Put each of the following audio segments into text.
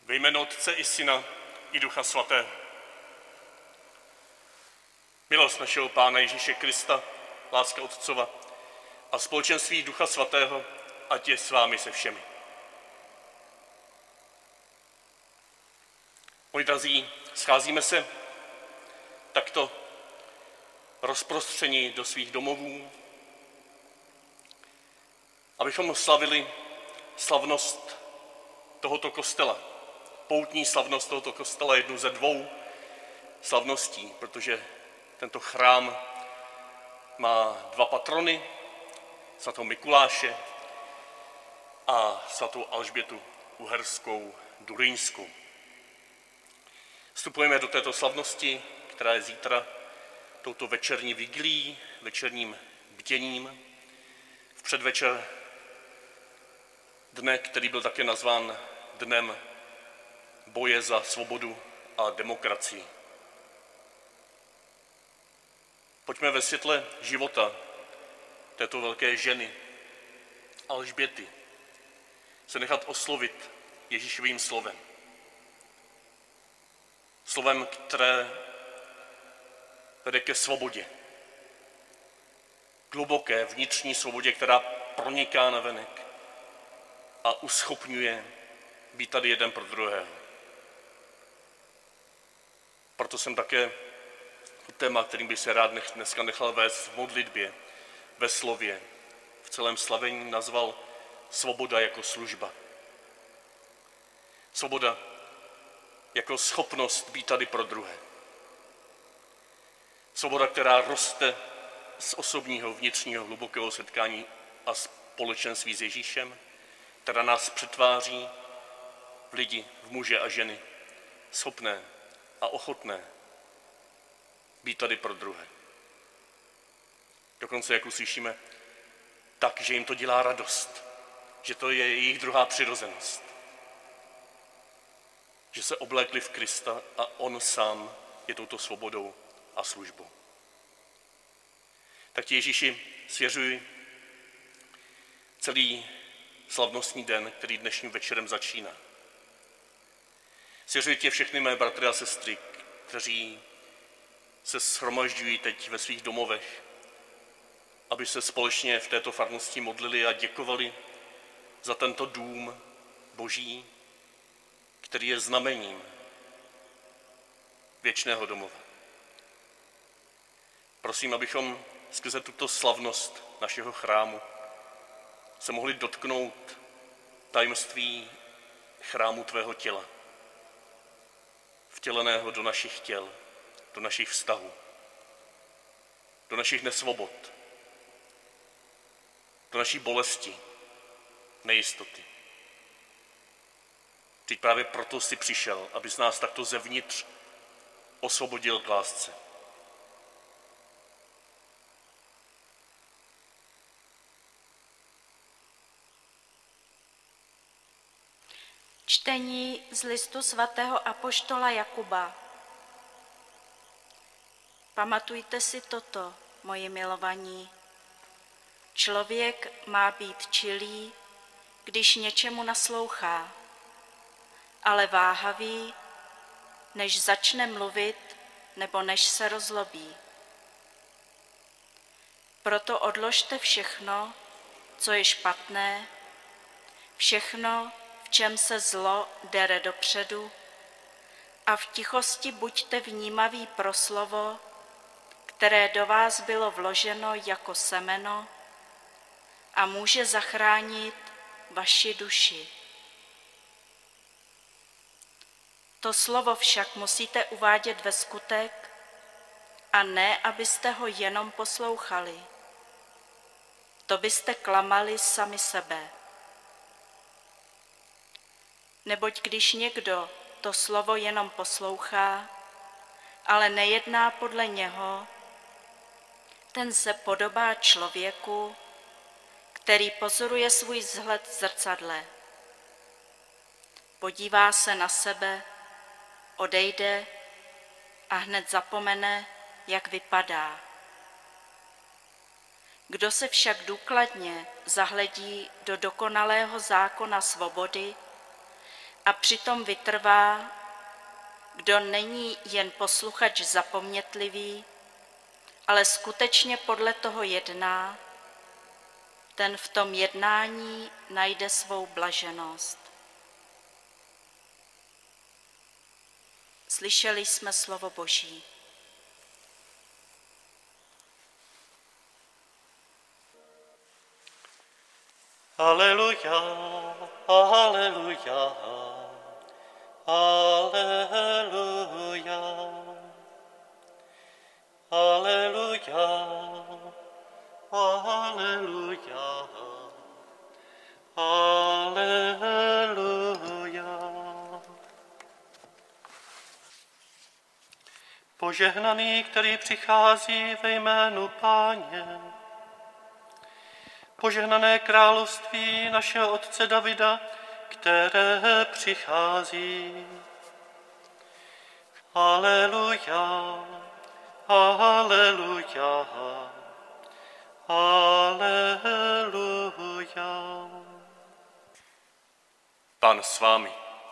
Ve jménu Otce i Syna i Ducha Svatého. Milost našeho Pána Ježíše Krista, láska Otcova a společenství Ducha Svatého, ať je s vámi se všemi. Moji drazí, scházíme se takto rozprostření do svých domovů, abychom slavili slavnost tohoto kostela. Poutní slavnost tohoto kostela je jednu ze dvou slavností, protože tento chrám má dva patrony, svatou Mikuláše a svatou Alžbětu Uherskou Durýňskou. Vstupujeme do této slavnosti, která je zítra touto večerní vigilií, večerním bděním, v předvečer dne, který byl také nazván Dnem boje za svobodu a demokracii. Pojďme ve světle života této velké ženy, Alžběty, se nechat oslovit Ježíšovým slovem. Slovem, které vede ke svobodě. Hluboké vnitřní svobodě, která proniká navenek a uschopňuje být tady jeden pro druhého. Proto jsem také téma, kterým bych se rád dneska nechal vést v modlitbě, ve slově, v celém slavení nazval svoboda jako služba. Svoboda jako schopnost být tady pro druhé. Svoboda, která roste z osobního, vnitřního, hlubokého setkání a společenství s Ježíšem, která nás přetváří v lidi, v muže a ženy, schopné a ochotné být tady pro druhé. Dokonce, jak uslyšíme, tak, že jim to dělá radost, že to je jejich druhá přirozenost. Že se oblékli v Krista a on sám je touto svobodou a službou. Tak ti Ježíši svěřuji celý slavnostní den, který dnešním večerem začíná. Svěřuji tě všechny mé bratry a sestry, kteří se shromažďují teď ve svých domovech, aby se společně v této farnosti modlili a děkovali za tento dům Boží, který je znamením věčného domova. Prosím, abychom skrze tuto slavnost našeho chrámu se mohli dotknout tajemství chrámu tvého těla, vtěleného do našich těl, do našich vztahů, do našich nesvobod, do naší bolesti, nejistoty. Teď právě proto jsi přišel, abys nás takto zevnitř osvobodil k lásce. Čtení z listu svatého apoštola Jakuba. Pamatujte si toto, moji milovaní. Člověk má být čilý, když něčemu naslouchá, ale váhavý, než začne mluvit nebo než se rozlobí. Proto odložte všechno, co je špatné, všechno, v čem se zlo dere dopředu, a v tichosti buďte vnímaví pro slovo, které do vás bylo vloženo jako semeno a může zachránit vaši duši. To slovo však musíte uvádět ve skutek a ne, abyste ho jenom poslouchali. To byste klamali sami sebe. Neboť když někdo to slovo jenom poslouchá, ale nejedná podle něho, ten se podobá člověku, který pozoruje svůj vzhled v zrcadle. Podívá se na sebe, odejde a hned zapomene, jak vypadá. Kdo se však důkladně zahledí do dokonalého zákona svobody a přitom vytrvá, kdo není jen posluchač zapomnětlivý, ale skutečně podle toho jedná, ten v tom jednání najde svou blaženost. Slyšeli jsme slovo Boží. Aleluja, aleluja, aleluja, aleluja, aleluja, aleluja. Požehnaný, který přichází ve jménu Páně, požehnané království našeho otce Davida, které přichází. Aleluja, aleluja, aleluja. Pán s vámi.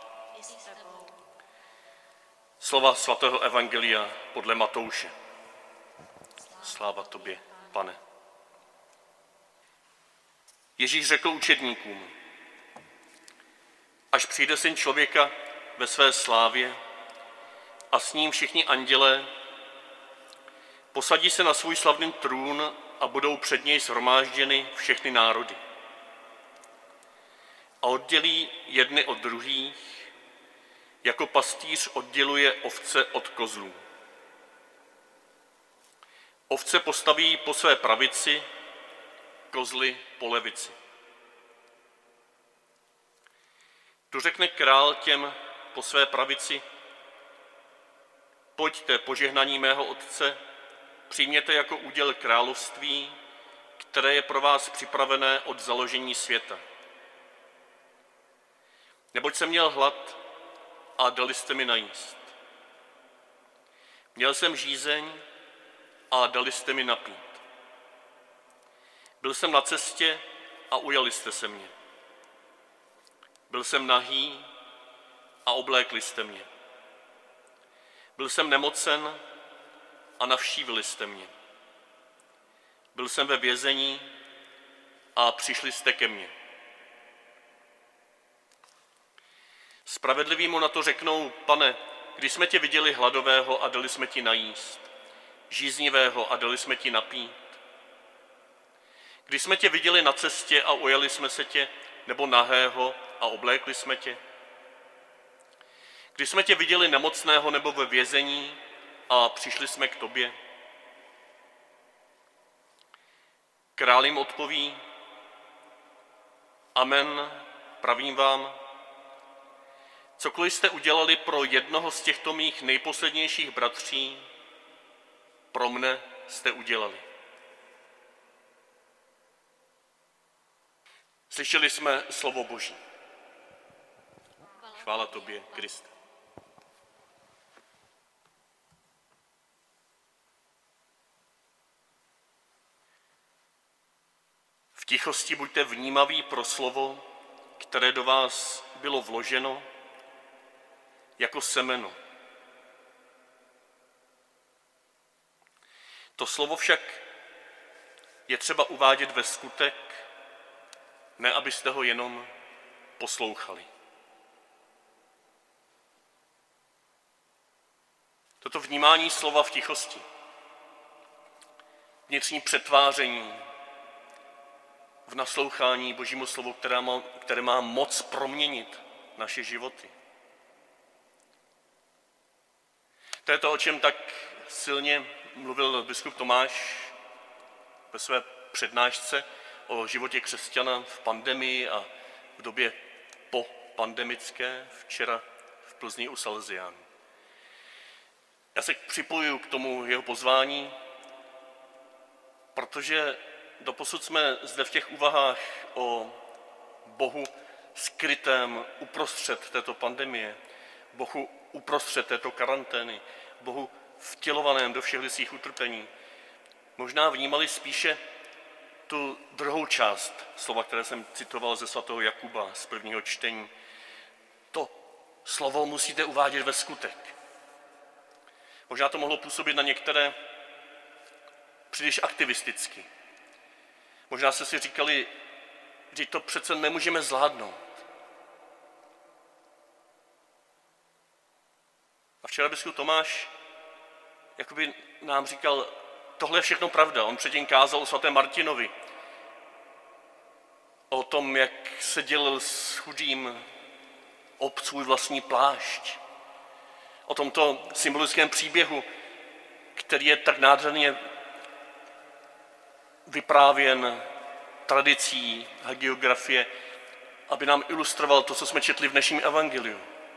Slova svatého evangelia podle Matouše. Sláva tobě, Pane. Ježíš řekl učedníkům: až přijde Syn člověka ve své slávě a s ním všichni andělé, posadí se na svůj slavný trůn a budou před něj shromážděny všechny národy. A oddělí jedny od druhých, jako pastýř odděluje ovce od kozlů. Ovce postaví po své pravici, kozly po levici. Tu řekne král těm po své pravici: pojďte, požehnaní mého Otce, přijměte jako úděl království, které je pro vás připravené od založení světa. Neboť jsem měl hlad a dali jste mi najíst. Měl jsem žízeň a dali jste mi napít. Byl jsem na cestě a ujali jste se mě. Byl jsem nahý a oblékli jste mě. Byl jsem nemocen a navštívili jste mě. Byl jsem ve vězení a přišli jste ke mně. Spravedliví mu na to řeknou: Pane, když jsme tě viděli hladového a dali jsme ti najíst, žíznivého a dali jsme ti napít? Když jsme tě viděli na cestě a ujali jsme se tě, nebo nahého a oblékli jsme tě? Když jsme tě viděli nemocného nebo ve vězení a přišli jsme k tobě? Král jim odpoví: Amen, pravím vám, cokoliv jste udělali pro jednoho z těchto mých nejposlednějších bratří, pro mne jste udělali. Slyšeli jsme slovo Boží. Chvála tobě, Kriste. V tichosti buďte vnímaví pro slovo, které do vás bylo vloženo jako semeno. To slovo však je třeba uvádět ve skutek, ne abyste ho jenom poslouchali. Toto vnímání slova v tichosti, vnitřní přetváření v naslouchání Božímu slovu, které má moc proměnit naše životy. To je to, o čem tak silně mluvil biskup Tomáš ve své přednášce o životě křesťana v pandemii a v době popandemické včera v Plzni u Salesiánů. Já se připojuji k tomu jeho pozvání, protože doposud jsme zde v těch úvahách o Bohu skrytém uprostřed této pandemie, Bohu uprostřed této karantény, Bohu vtělovaném do všech lidských utrpení, možná vnímali spíše tu druhou část slova, které jsem citoval ze svatého Jakuba z prvního čtení. To Slovo musíte uvádět ve skutek. Možná to mohlo působit na některé příliš aktivisticky. Možná jste si říkali, že to přece nemůžeme zvládnout. A včera biskup Tomáš jakoby nám říkal, tohle je všechno pravda. On předtím kázal o svatém Martinovi, o tom, jak se dělil s chudým o svůj vlastní plášť, o tomto symbolickém příběhu, který je tak nádherně vyprávěn tradicí hagiografie, aby nám ilustroval to, co jsme četli v dnešním evangeliu.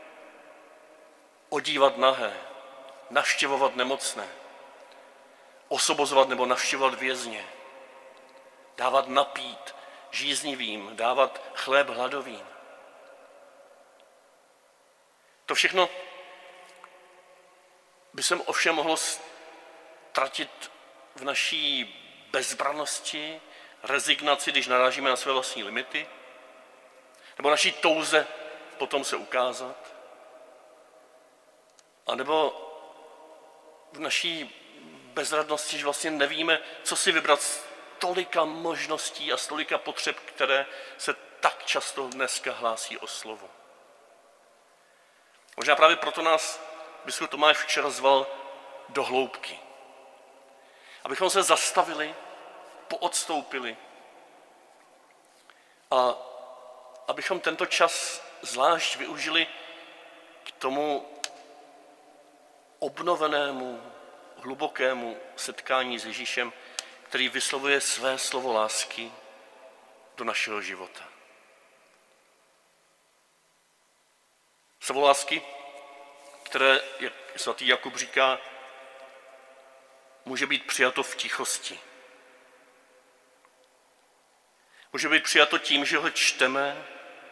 Odívat nahé, navštěvovat nemocné, osobozovat nebo navštěvovat vězně, dávat napít žíznivým, dávat chléb hladovým. To všechno by se ovšem mohlo ztratit v naší bezbrannosti, rezignaci, když narážíme na své vlastní limity, nebo naší touze potom se ukázat, anebo v naší bezradnosti, že vlastně nevíme, co si vybrat z tolika možností a z tolika potřeb, které se tak často dneska hlásí o slovo. Možná právě proto nás biskup Tomáš včera zval do hloubky. Abychom se zastavili, poodstoupili a abychom tento čas zvlášť využili k tomu obnovenému, hlubokému setkání s Ježíšem, který vyslovuje své slovo lásky do našeho života. Slovo lásky, které, jak svatý Jakub říká, může být přijato v tichosti. Může být přijato tím, že ho čteme,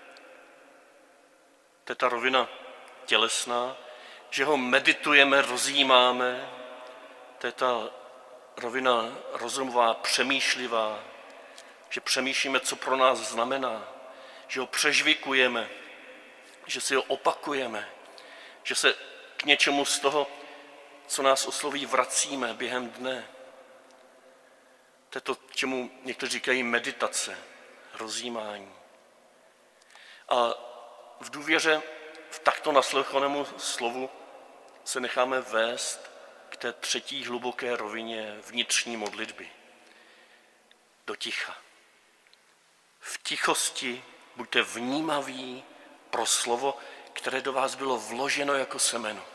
to je ta rovina tělesná, že ho meditujeme, rozjímáme, to je ta rovina rozumová, přemýšlivá, že přemýšlíme, co pro nás znamená, že ho přežvikujeme, že si ho opakujeme, že se k něčemu z toho, co nás osloví, vracíme během dne. To je to, čemu někteří říkají meditace, rozjímání. A v důvěře v takto naslouchanému slovu se necháme vést k té třetí hluboké rovině vnitřní modlitby. Do ticha. V tichosti buďte vnímaví pro slovo, které do vás bylo vloženo jako semeno.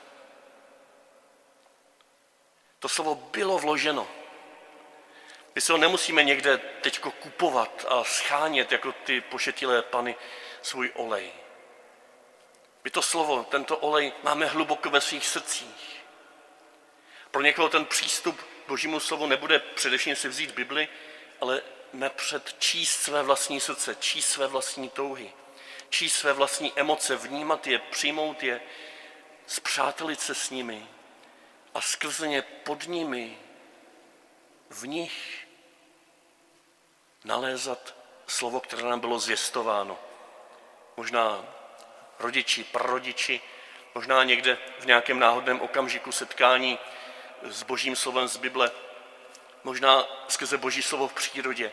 To slovo bylo vloženo. My se ho nemusíme někde teďko kupovat a schánět jako ty pošetilé pany svůj olej. My to slovo, tento olej máme hluboko ve svých srdcích. Pro někoho ten přístup k Božímu slovu nebude především si vzít Bibli, ale napřed číst své vlastní srdce, číst své vlastní touhy, číst své vlastní emoce, vnímat je, přijmout je, spřátelit se s nimi a skrze ně pod nimi v nich nalézat slovo, které nám bylo zvěstováno. Možná rodiči, prarodiči, možná někde v nějakém náhodném okamžiku setkání s Božím slovem z Bible, možná skrze Boží slovo v přírodě.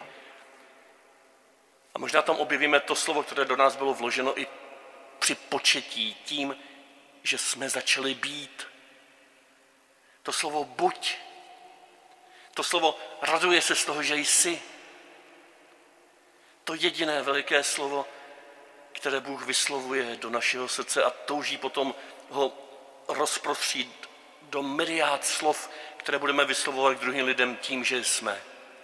A možná tam objevíme to slovo, které do nás bylo vloženo i při početí tím, že jsme začali být. To slovo buď. To slovo raduje se z toho, že jsi. To jediné veliké slovo, které Bůh vyslovuje do našeho srdce a touží potom ho rozprostřít do myriád slov, které budeme vyslovovat k druhým lidem tím, že jsme.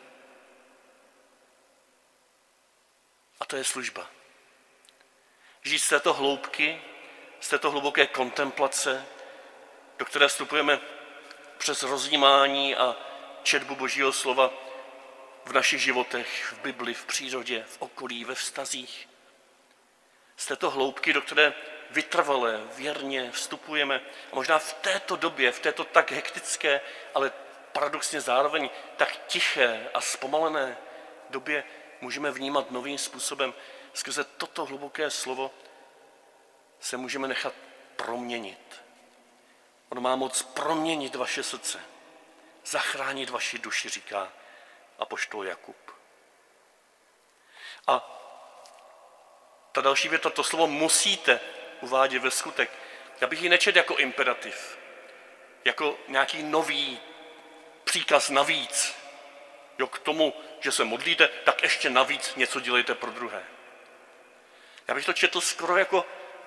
A to je služba. Žít z této hloubky, z této hluboké kontemplace, do které vstupujeme přes rozjímání a četbu Božího slova v našich životech, v Bibli, v přírodě, v okolí, ve vztazích. Z této hloubky, do které vytrvale, věrně vstupujeme. A možná v této době, v této tak hektické, ale paradoxně zároveň tak tiché a zpomalené době můžeme vnímat novým způsobem. Skrze toto hluboké slovo se můžeme nechat proměnit. On má moc proměnit vaše srdce, zachránit vaši duši, říká apoštol Jakub. A ta další věta, to slovo musíte uvádět ve skutek. Já bych ji nečetl jako imperativ, jako nějaký nový příkaz navíc. Jo, k tomu, že se modlíte, tak ještě navíc něco dělejte pro druhé. Já bych to četl skoro jako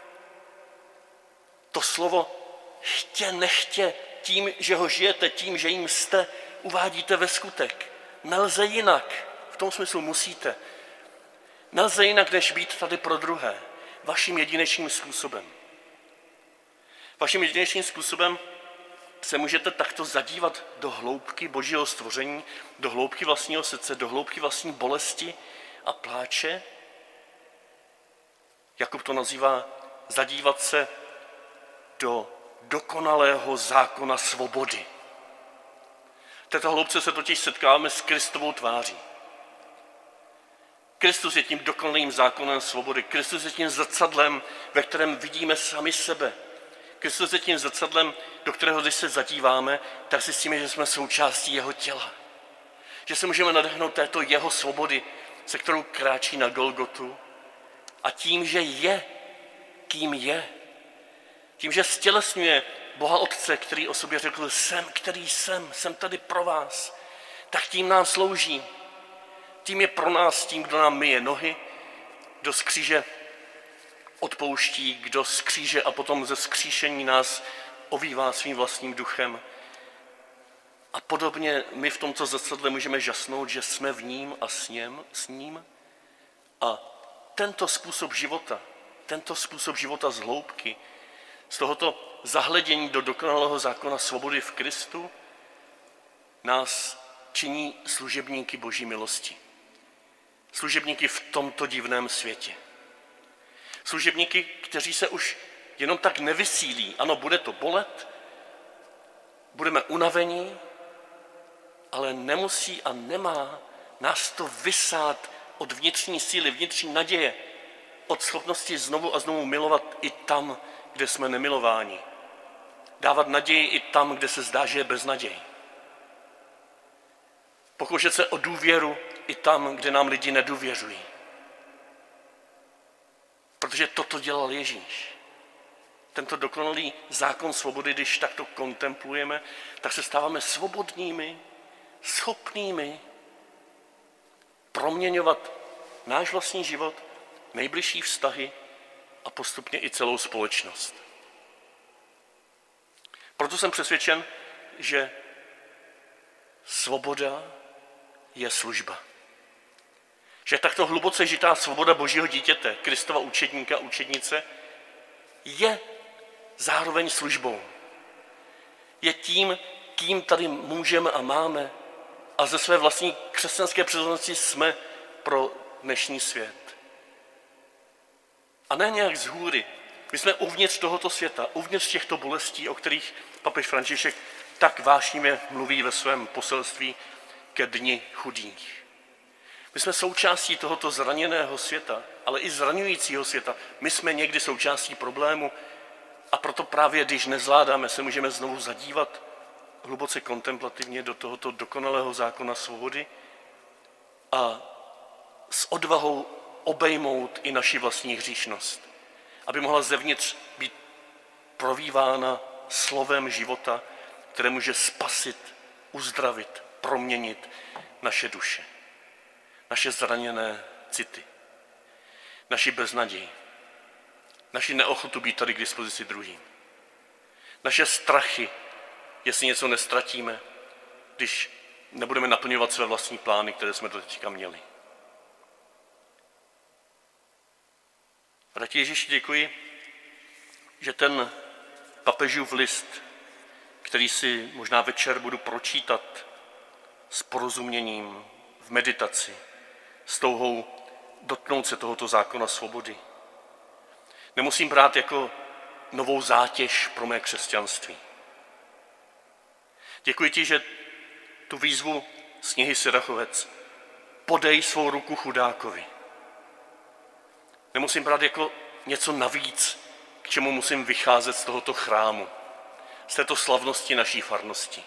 to slovo chtě, nechtě, tím, že ho žijete, tím, že jim jste, uvádíte ve skutek. Nelze jinak, v tom smyslu musíte. Nelze jinak, než být tady pro druhé, vaším jedinečným způsobem. Vaším jedinečným způsobem se můžete takto zadívat do hloubky Božího stvoření, do hloubky vlastního srdce, do hloubky vlastní bolesti a pláče. Jakub to nazývá zadívat se do dokonalého zákona svobody. V této hloubce se totiž setkáváme s Kristovou tváří. Kristus je tím dokonalým zákonem svobody. Kristus je tím zrcadlem, ve kterém vidíme sami sebe. Kristus je tím zrcadlem, do kterého, když se zadíváme, tak zjistíme, že jsme součástí jeho těla. Že se můžeme nadechnout této jeho svobody, se kterou kráčí na Golgotu. A tím, že je, kým je, tím, že stělesňuje Boha Otce, který o sobě řekl, jsem tady pro vás, tak tím nám slouží. Tím je pro nás tím, kdo nám myje nohy, kdo z kříže odpouští, kdo z kříže a potom ze vzkříšení nás ovívá svým vlastním duchem. A podobně my v tomto zrcadle můžeme žasnout, že jsme v ním a s ním. A tento způsob života z hloubky, z tohoto zahledění do dokonalého zákona svobody v Kristu, nás činí služebníky Boží milosti. Služebníky v tomto divném světě. Služebníky, kteří se už jenom tak nevysílí. Ano, bude to bolet, budeme unavení, ale nemusí a nemá nás to vysát od vnitřní síly, vnitřní naděje, od schopnosti znovu a znovu milovat i tam, kde jsme nemilováni. Dávat naději i tam, kde se zdá, že je beznaděj. Pokoušet se o důvěru i tam, kde nám lidi nedůvěřují. Protože toto dělal Ježíš. Tento dokonalý zákon svobody, když takto kontemplujeme, tak se stáváme svobodnými, schopnými proměňovat náš vlastní život, nejbližší vztahy a postupně i celou společnost. Proto jsem přesvědčen, že svoboda je služba. Že takto hluboce žitá svoboda Božího dítěte, Kristova učedníka, učednice, je zároveň službou. Je tím, kým tady můžeme a máme a ze své vlastní křesťanské přirozenosti jsme pro dnešní svět. A ne nějak z hůry. My jsme uvnitř tohoto světa, uvnitř těchto bolestí, o kterých papež František tak vášnivě mluví ve svém poselství ke dni chudých. My jsme součástí tohoto zraněného světa, ale i zraňujícího světa. My jsme někdy součástí problému a proto právě, když nezvládáme, se můžeme znovu zadívat hluboce kontemplativně do tohoto dokonalého zákona svobody a s odvahou obejmout i naši vlastní hříšnost, aby mohla zevnitř být provívána slovem života, které může spasit, uzdravit, proměnit naše duše, naše zraněné city, naši beznaději, naši neochotu být tady k dispozici druhým, naše strachy, jestli něco nestratíme, když nebudeme naplňovat své vlastní plány, které jsme do teďka měli. Bratři Ježíši, děkuji, že ten papežův list, který si možná večer budu pročítat s porozuměním, v meditaci, s touhou dotknout se tohoto zákona svobody, nemusím brát jako novou zátěž pro mé křesťanství. Děkuji ti, že tu výzvu z knihy Sirachovec podej svou ruku chudákovi. Nemusím brát jako něco navíc, k čemu musím vycházet z tohoto chrámu, z této slavnosti naší farnosti.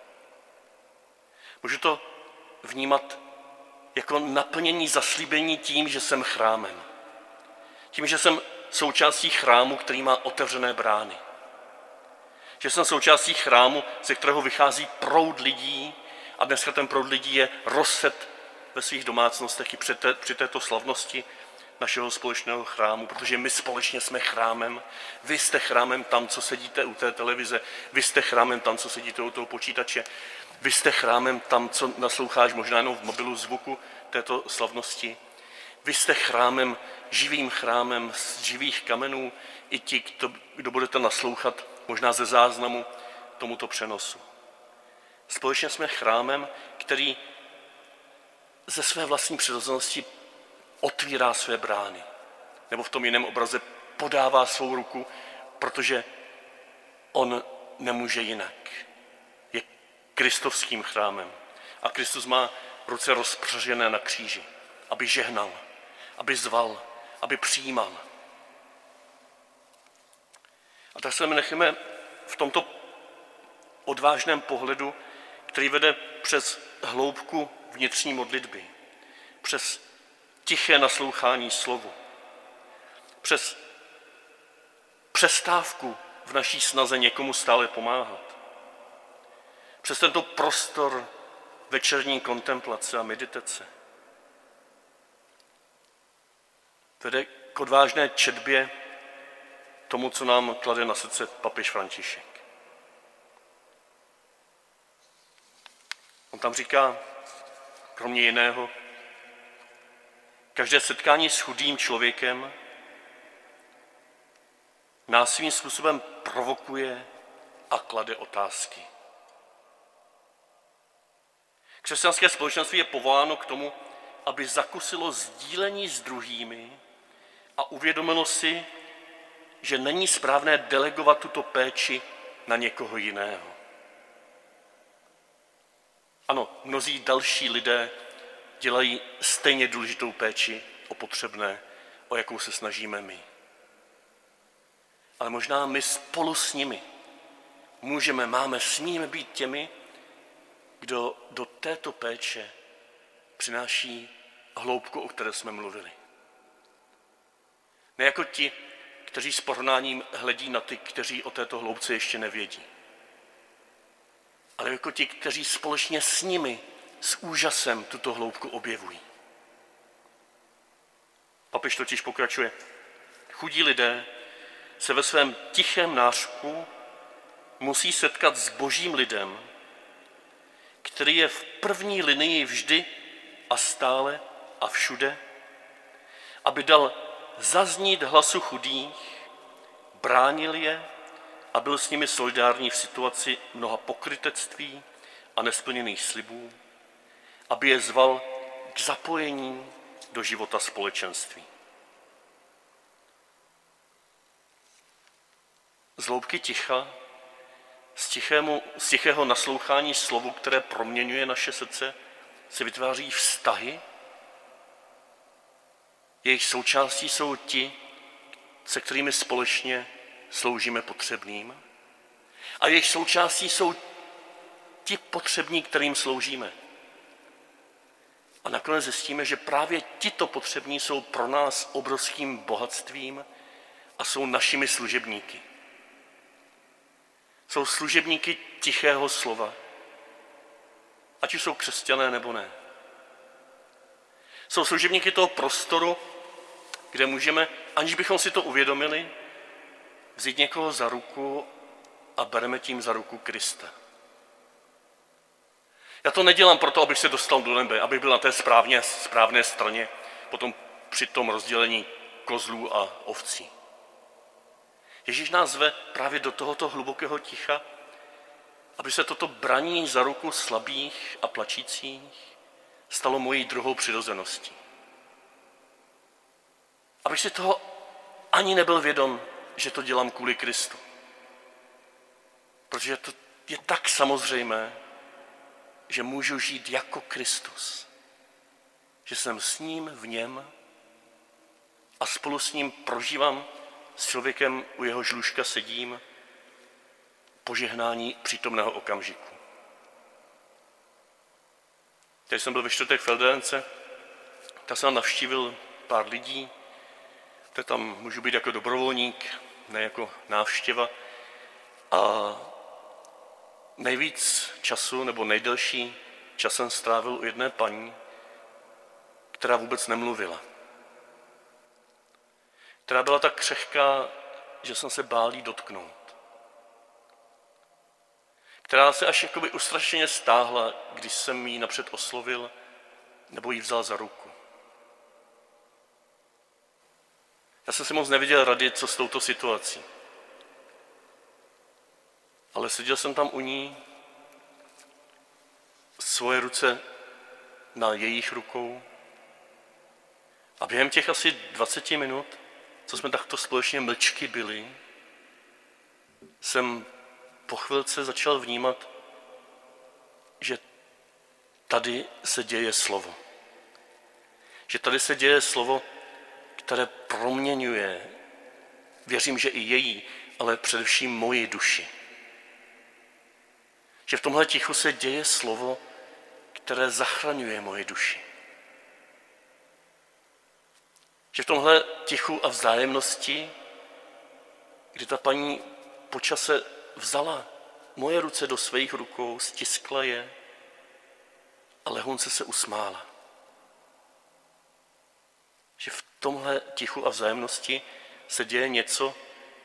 Můžu to vnímat jako naplnění zaslíbení tím, že jsem chrámem. Tím, že jsem součástí chrámu, který má otevřené brány. Že jsem součástí chrámu, ze kterého vychází proud lidí a dneska ten proud lidí je rozset ve svých domácnostech i při této slavnosti našeho společného chrámu, protože my společně jsme chrámem. Vy jste chrámem tam, co sedíte u té televize, vy jste chrámem tam, co sedíte u toho počítače, vy jste chrámem tam, co nasloucháš možná jenom v mobilu zvuku této slavnosti. Vy jste chrámem, živým chrámem z živých kamenů, i ti, kdo budete naslouchat možná ze záznamu tomuto přenosu. Společně jsme chrámem, který ze své vlastní přirozenosti otvírá své brány. Nebo v tom jiném obraze podává svou ruku, protože on nemůže jinak. Je kristovským chrámem. A Kristus má ruce rozpřažené na kříži, aby žehnal, aby zval, aby přijímal. A tak se necháme v tomto odvážném pohledu, který vede přes hloubku vnitřní modlitby, přes tiché naslouchání slovu, přes přestávku v naší snaze někomu stále pomáhat, přes tento prostor večerní kontemplace a meditace. Vede k odvážné četbě tomu, co nám klade na srdce papež František. On tam říká, kromě jiného, každé setkání s chudým člověkem nás svým způsobem provokuje a klade otázky. Křesťanské společenství je povoláno k tomu, aby zakusilo sdílení s druhými a uvědomilo si, že není správné delegovat tuto péči na někoho jiného. Ano, mnozí další lidé dělají stejně důležitou péči o potřebné, o jakou se snažíme my. Ale možná my spolu s nimi smíme být těmi, kdo do této péče přináší hloubku, o které jsme mluvili. Ne jako ti, kteří s porovnáním hledí na ty, kteří o této hloubce ještě nevědí. Ale jako ti, kteří společně s nimi, s úžasem tuto hloubku objevují. Papež totiž pokračuje. Chudí lidé se ve svém tichém nářku musí setkat s božím lidem, který je v první linii vždy a stále a všude, aby dal zaznít hlasu chudých, bránil je a byl s nimi solidární v situaci mnoha pokrytectví a nesplněných slibů, aby je zval k zapojení do života společenství. Z hloubky ticha, z tichého naslouchání slovu, které proměňuje naše srdce, se vytváří vztahy. Jejich součástí jsou ti, se kterými společně sloužíme potřebným. A jejich součástí jsou ti potřební, kterým sloužíme. A nakonec zjistíme, že právě tito potřební jsou pro nás obrovským bohatstvím a jsou našimi služebníky. Jsou služebníky tichého slova, ať už jsou křesťané nebo ne. Jsou služebníky toho prostoru, kde můžeme, aniž bychom si to uvědomili, vzít někoho za ruku a bereme tím za ruku Krista. Já to nedělám proto, abych se dostal do nebe, abych byl na té správné straně, potom při tom rozdělení kozlů a ovcí. Ježíš nás zve právě do tohoto hlubokého ticha, aby se toto braní za ruku slabých a plačících stalo mojí druhou přirozeností. Abych si toho ani nebyl vědom, že to dělám kvůli Kristu. Protože to je tak samozřejmé, že můžu žít jako Kristus. Že jsem s ním v něm a spolu s ním prožívám s člověkem, u jehož lůžka sedím, požehnání přítomného okamžiku. Když jsem byl ve čtvrtek v Eldénce, tak jsem navštívil pár lidí, které tam můžu být jako dobrovolník, ne jako návštěva. A nejvíc času, nebo nejdelší čas jsem strávil u jedné paní, která vůbec nemluvila. Která byla tak křehká, že jsem se bál jí dotknout. Která se až jakoby ustrašeně stáhla, když jsem jí napřed oslovil nebo jí vzal za ruku. Já jsem si moc nevěděl rady, co s touto situací. Ale seděl jsem tam u ní, svoje ruce na jejich rukou a během těch asi 20 minut, co jsme takto společně mlčky byli, jsem po chvilce začal vnímat, že tady se děje slovo. Že tady se děje slovo, které proměňuje, věřím, že i její, ale především moji duši. Že v tomhle tichu se děje slovo, které zachraňuje moji duši. Že v tomhle tichu a vzájemnosti, kdy ta paní po čase vzala moje ruce do svých rukou, stiskla je a lehonce se usmála. Že v tomhle tichu a vzájemnosti se děje něco,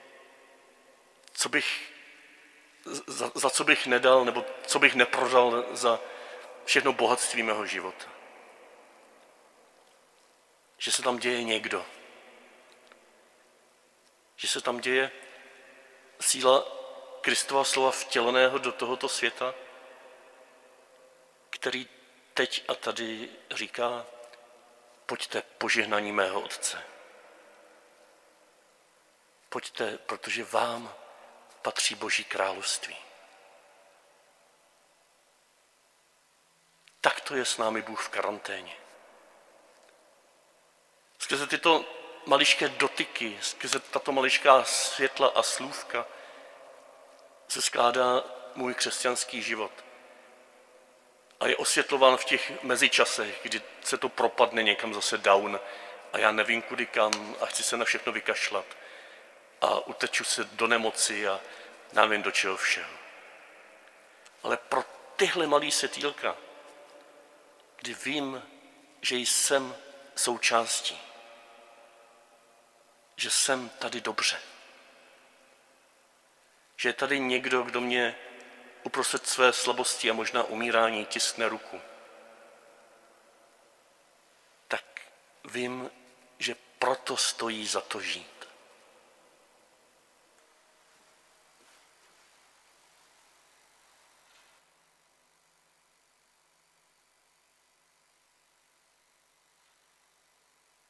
za co bych nedal, nebo co bych neprodal za všechno bohatství mého života. Že se tam děje někdo. Že se tam děje síla Kristova slova vtěleného do tohoto světa, který teď a tady říká: pojďte, požehnaní mého Otce. Pojďte, protože vám patří Boží království. Tak to je s námi Bůh v karanténě. Skrze tyto maličké dotyky, skrze tato maličká světla a slůvka se skládá můj křesťanský život. A je osvětlován v těch mezičasech, kdy se to propadne někam zase down a já nevím kudy kam a chci se na všechno vykašlat a uteču se do nemoci a nevím do čeho všeho. Ale pro tyhle malý světýlka, kdy vím, že jsem součástí, že jsem tady dobře, že je tady někdo, kdo mě uprostřed své slabosti a možná umírání tiskne ruku, tak vím, že proto stojí za to žít.